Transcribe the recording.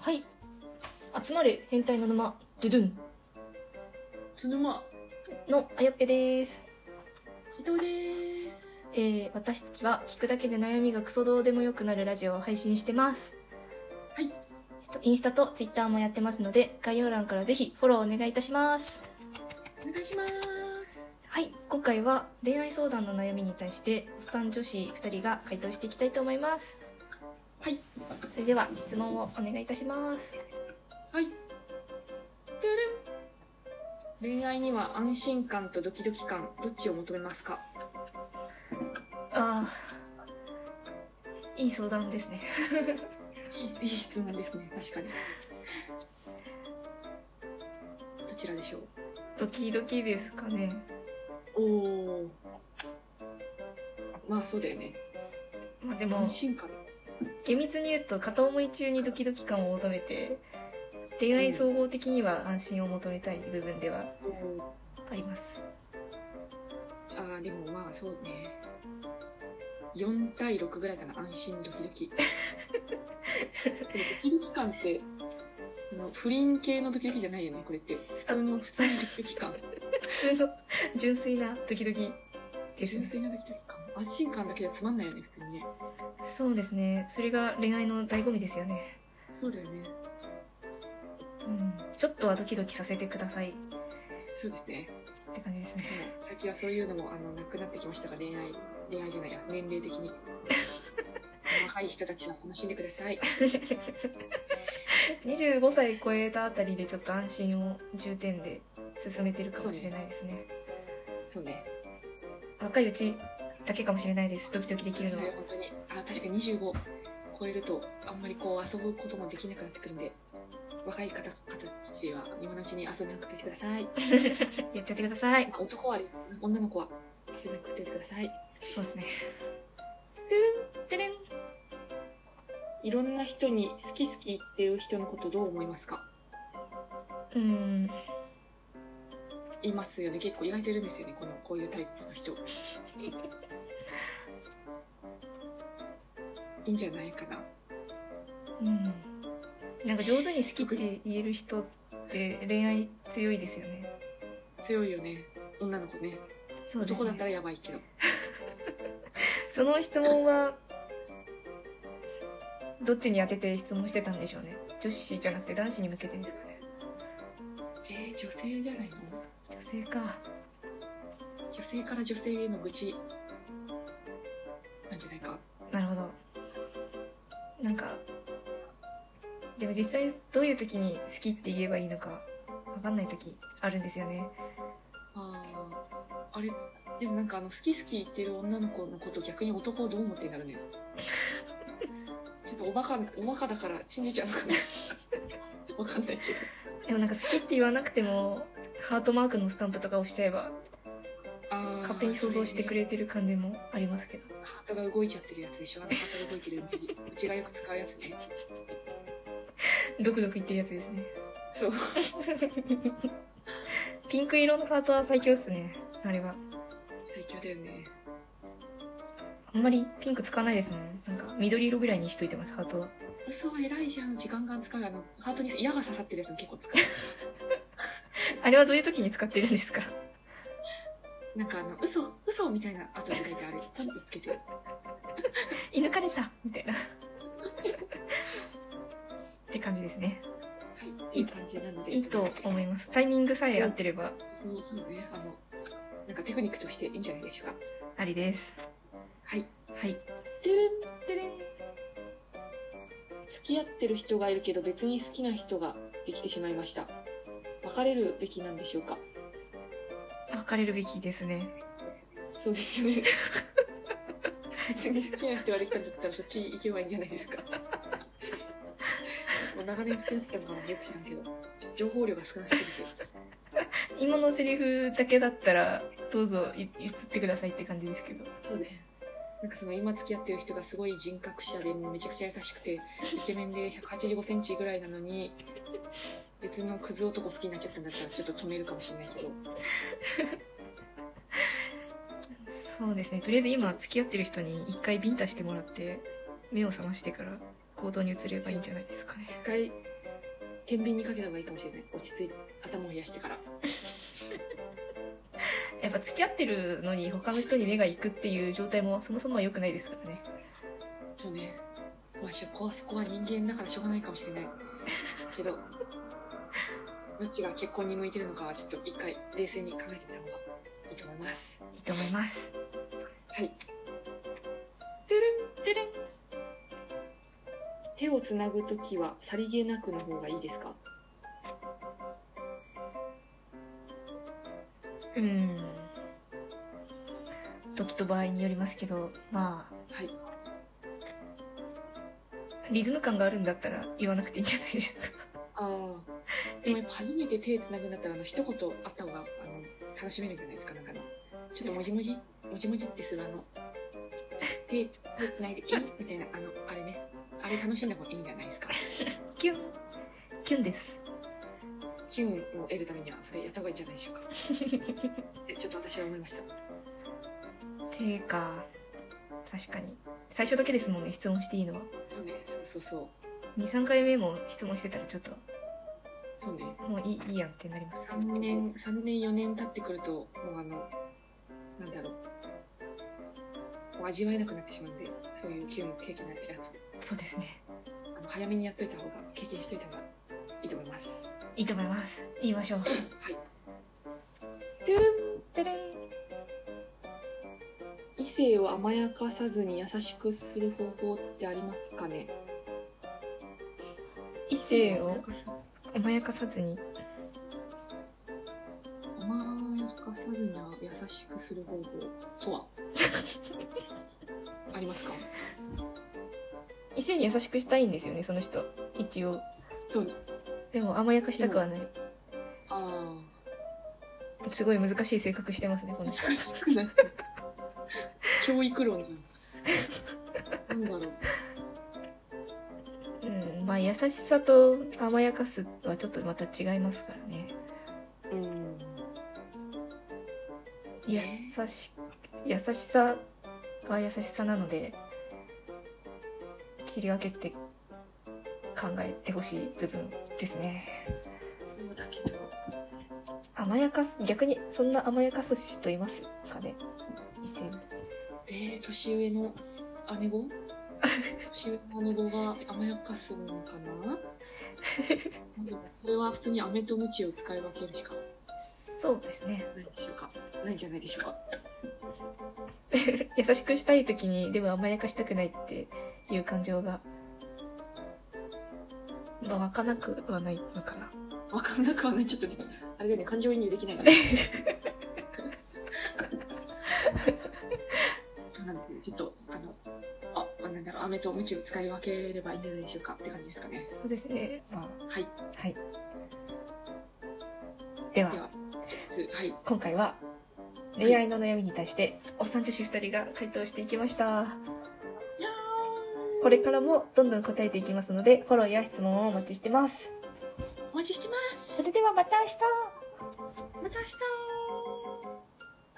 はい。集まれ変態の沼、ドゥドゥンつぬまのあやっぺです。 伊藤です。 私たちは聞くだけで悩みがクソどうでもよくなるラジオを配信してます。 はい、 インスタとツイッターもやってますので、概要欄からぜひフォローお願いいたします。 お願いします。 はい。今回は恋愛相談の悩みに対して、おっさん女子2人が回答していきたいと思います。 はい、 それでは質問をお願いいたします。 はい。恋愛には安心感とドキドキ感、どっちを求めますか？ あー、いい相談ですね。 いい質問ですね。確かに。どちらでしょう？ ドキドキですかね。 おお。まあそうだよね。 まあでも安心感。 厳密に言うと片思い中にドキドキ感を求めて、恋愛総合的には安心を求めたい部分ではあります。 ああ、でもまあそうね。4対6ぐらいかな。安心ドキドキ。ドキドキ感って不倫系のドキドキじゃないよね。これって普通のドキドキ感。 普通の純粋なドキドキですね。 純粋なドキドキ感。安心感だけではつまんないよね、普通にね。 そうですね。それが恋愛の醍醐味ですよね。 そうだよね。 ちょっとはドキドキさせてくださいそうですね。 って感じですね。 最近はそういうのもなくなってきましたが、恋愛じゃないや、年齢的に。若い人たちは楽しんでください。 25歳超えたあたりでちょっと安心を重点で進めてるかもしれないですね。 そうね。 若いうちだけかもしれないです。ドキドキできるのは。 本当に。確かに25超えるとあんまりこう遊ぶこともできなくなってくるんで、若い方たちは今のうちに遊びまくっておいてください。 やっちゃってください。 男は女の子は遊びまくっておいてください。 そうですね。 てれん。いろんな人に好き好き言ってる人のことどう思いますか？いますよね。結構意外といるんですよね。こういうタイプの人。いいんじゃないかな。 なんか上手に好きって言える人って恋愛強いですよね。 強いよね。女の子ね。 そうですね。 男だったらやばいけど。 その質問はどっちに当てて質問してたんでしょうね。女子じゃなくて男子に向けてですかね。 女性じゃないの？ 女性か。 女性から女性への愚痴なんじゃないか。 なるほど。なんかでも実際どういう時に好きって言えばいいのか分かんない時あるんですよね。 あれでもなんか好き好き言ってる女の子のこと逆に男をどう思ってんだろうね。ちょっとおバカだから信じちゃうのかな。わかんないけど。 でもなんか好きって言わなくてもハートマークのスタンプとか押しちゃえば勝手に想像してくれてる感じもありますけど。 ハートが動いちゃってるやつでしょ。ハートが動いてるうちがよく使うやつね。 ドクドク言ってるやつですね。 そう。 ピンク色のハートは最強ですね。あれは最強だよね。 あんまりピンク使わないですもん。なんか緑色ぐらいにしといてます。ハートは。 嘘は偉いじゃん。時間が使う。ハートに矢が刺さってるやつも結構使う。 あれはどういう時に使ってるんですか？ なんか嘘みたいな後で書いてある。ポンってつけてる。 射抜かれたみたいな。って感じですね。 はい、いい感じなのでいいと思います。タイミングさえ合ってれば。 そうね。なんかテクニックとしていいんじゃないでしょうか。 ありです。 はい。 はい。 てれん。付き合ってる人がいるけど別に好きな人ができてしまいました。別れるべきなんでしょうか？ 別れるべきですね。 そうですよね。別に好きな人ができたんだったらそっち行けばいいんじゃないですか。もう長年付き合ってたのかな、よく知らんけど、情報量が少なすぎて。 今のセリフだけだったらどうぞ言ってくださいって感じですけど。 そうね。なんか今付き合ってる人がすごい人格者でめちゃくちゃ優しくてイケメンで185センチぐらいなのに別のクズ男好きになっちゃったんだったらちょっと止めるかもしれないけど。 そうですね。とりあえず今付き合ってる人に一回ビンタしてもらって目を覚ましてから行動に移ればいいんじゃないですかね。 一回天秤にかけた方がいいかもしれない。落ち着いて頭を冷やしてから。 やっぱ付き合ってるのに他の人に目が行くっていう状態もそもそもは良くないですからね。 ね、まあそこは人間だからしょうがないかもしれないけど、どっちが結婚に向いてるのかはちょっと一回冷静に考えてみた方がいいと思います。 いいと思います。 はい。てるんてるん。手をつなぐときはさりげなくの方がいいですか？ 時と場合によりますけど、まあ、 はい。 リズム感があるんだったら言わなくていいんじゃないですか。 ああ。でもやっぱ初めて手つなぐんだったら一言あった方が楽しめるんじゃないですか。なんかちょっともじもじってする手つないでいいみたいなあれね、あれ楽しんだ方がいいんじゃないですか。 キュンです。 キュンを得るためにはそれやった方がいいんじゃないでしょうか。ちょっと私は思いました。 ていうか、確かに最初だけですもんね、質問していいのは。 そうね、そう 2、3回目も質問してたらちょっとそうね、 もういいやんってなります。 3年4年経ってくるともうなんだろう、もう味わえなくなってしまうんで、そういうキュン的なやつ。 そうですね。 早めにやっといた方が、経験しといた方がいいと思います。 いいと思います。言いましょう。 はい。 てるんてるん。 異性を甘やかさずに優しくする方法ってありますかね？ 異性を甘やかさずに優しくする方法とはありますか？ 異性に優しくしたいんですよね、その人一応。 そう。 でも甘やかしたくはない。 ああ、すごい難しい性格してますね、この人。 難しくない教育論なんだろう。 まあ優しさと甘やかすはちょっとまた違いますからね。優しさは優しさなので、切り分けて考えてほしい部分ですね。 だけど甘やかす、逆にそんな甘やかす人いますかね、異性。 年上の姉子年上の姉子が甘やかすのかなそれは普通に飴と鞭を使い分けるしかそうですね。 ないんじゃないでしょうか。 優しくしたい時にでも甘やかしたくないっていう感情が、まあ、湧かなくはないのかな。 湧かなくはない。ちょっとあれだよね、感情移入できないのなんですけど、ちょっとなんだろう、飴と鞭を使い分ければいいんじゃないでしょうかって感じですかね。 そうですね。まあ、 はい。 では、今回は恋愛の悩みに対しておっさん女子2人が回答していきました。これからもどんどん答えていきますので、フォローや質問をお待ちしてます。 お待ちしてます。 それではまた明日。 また明日。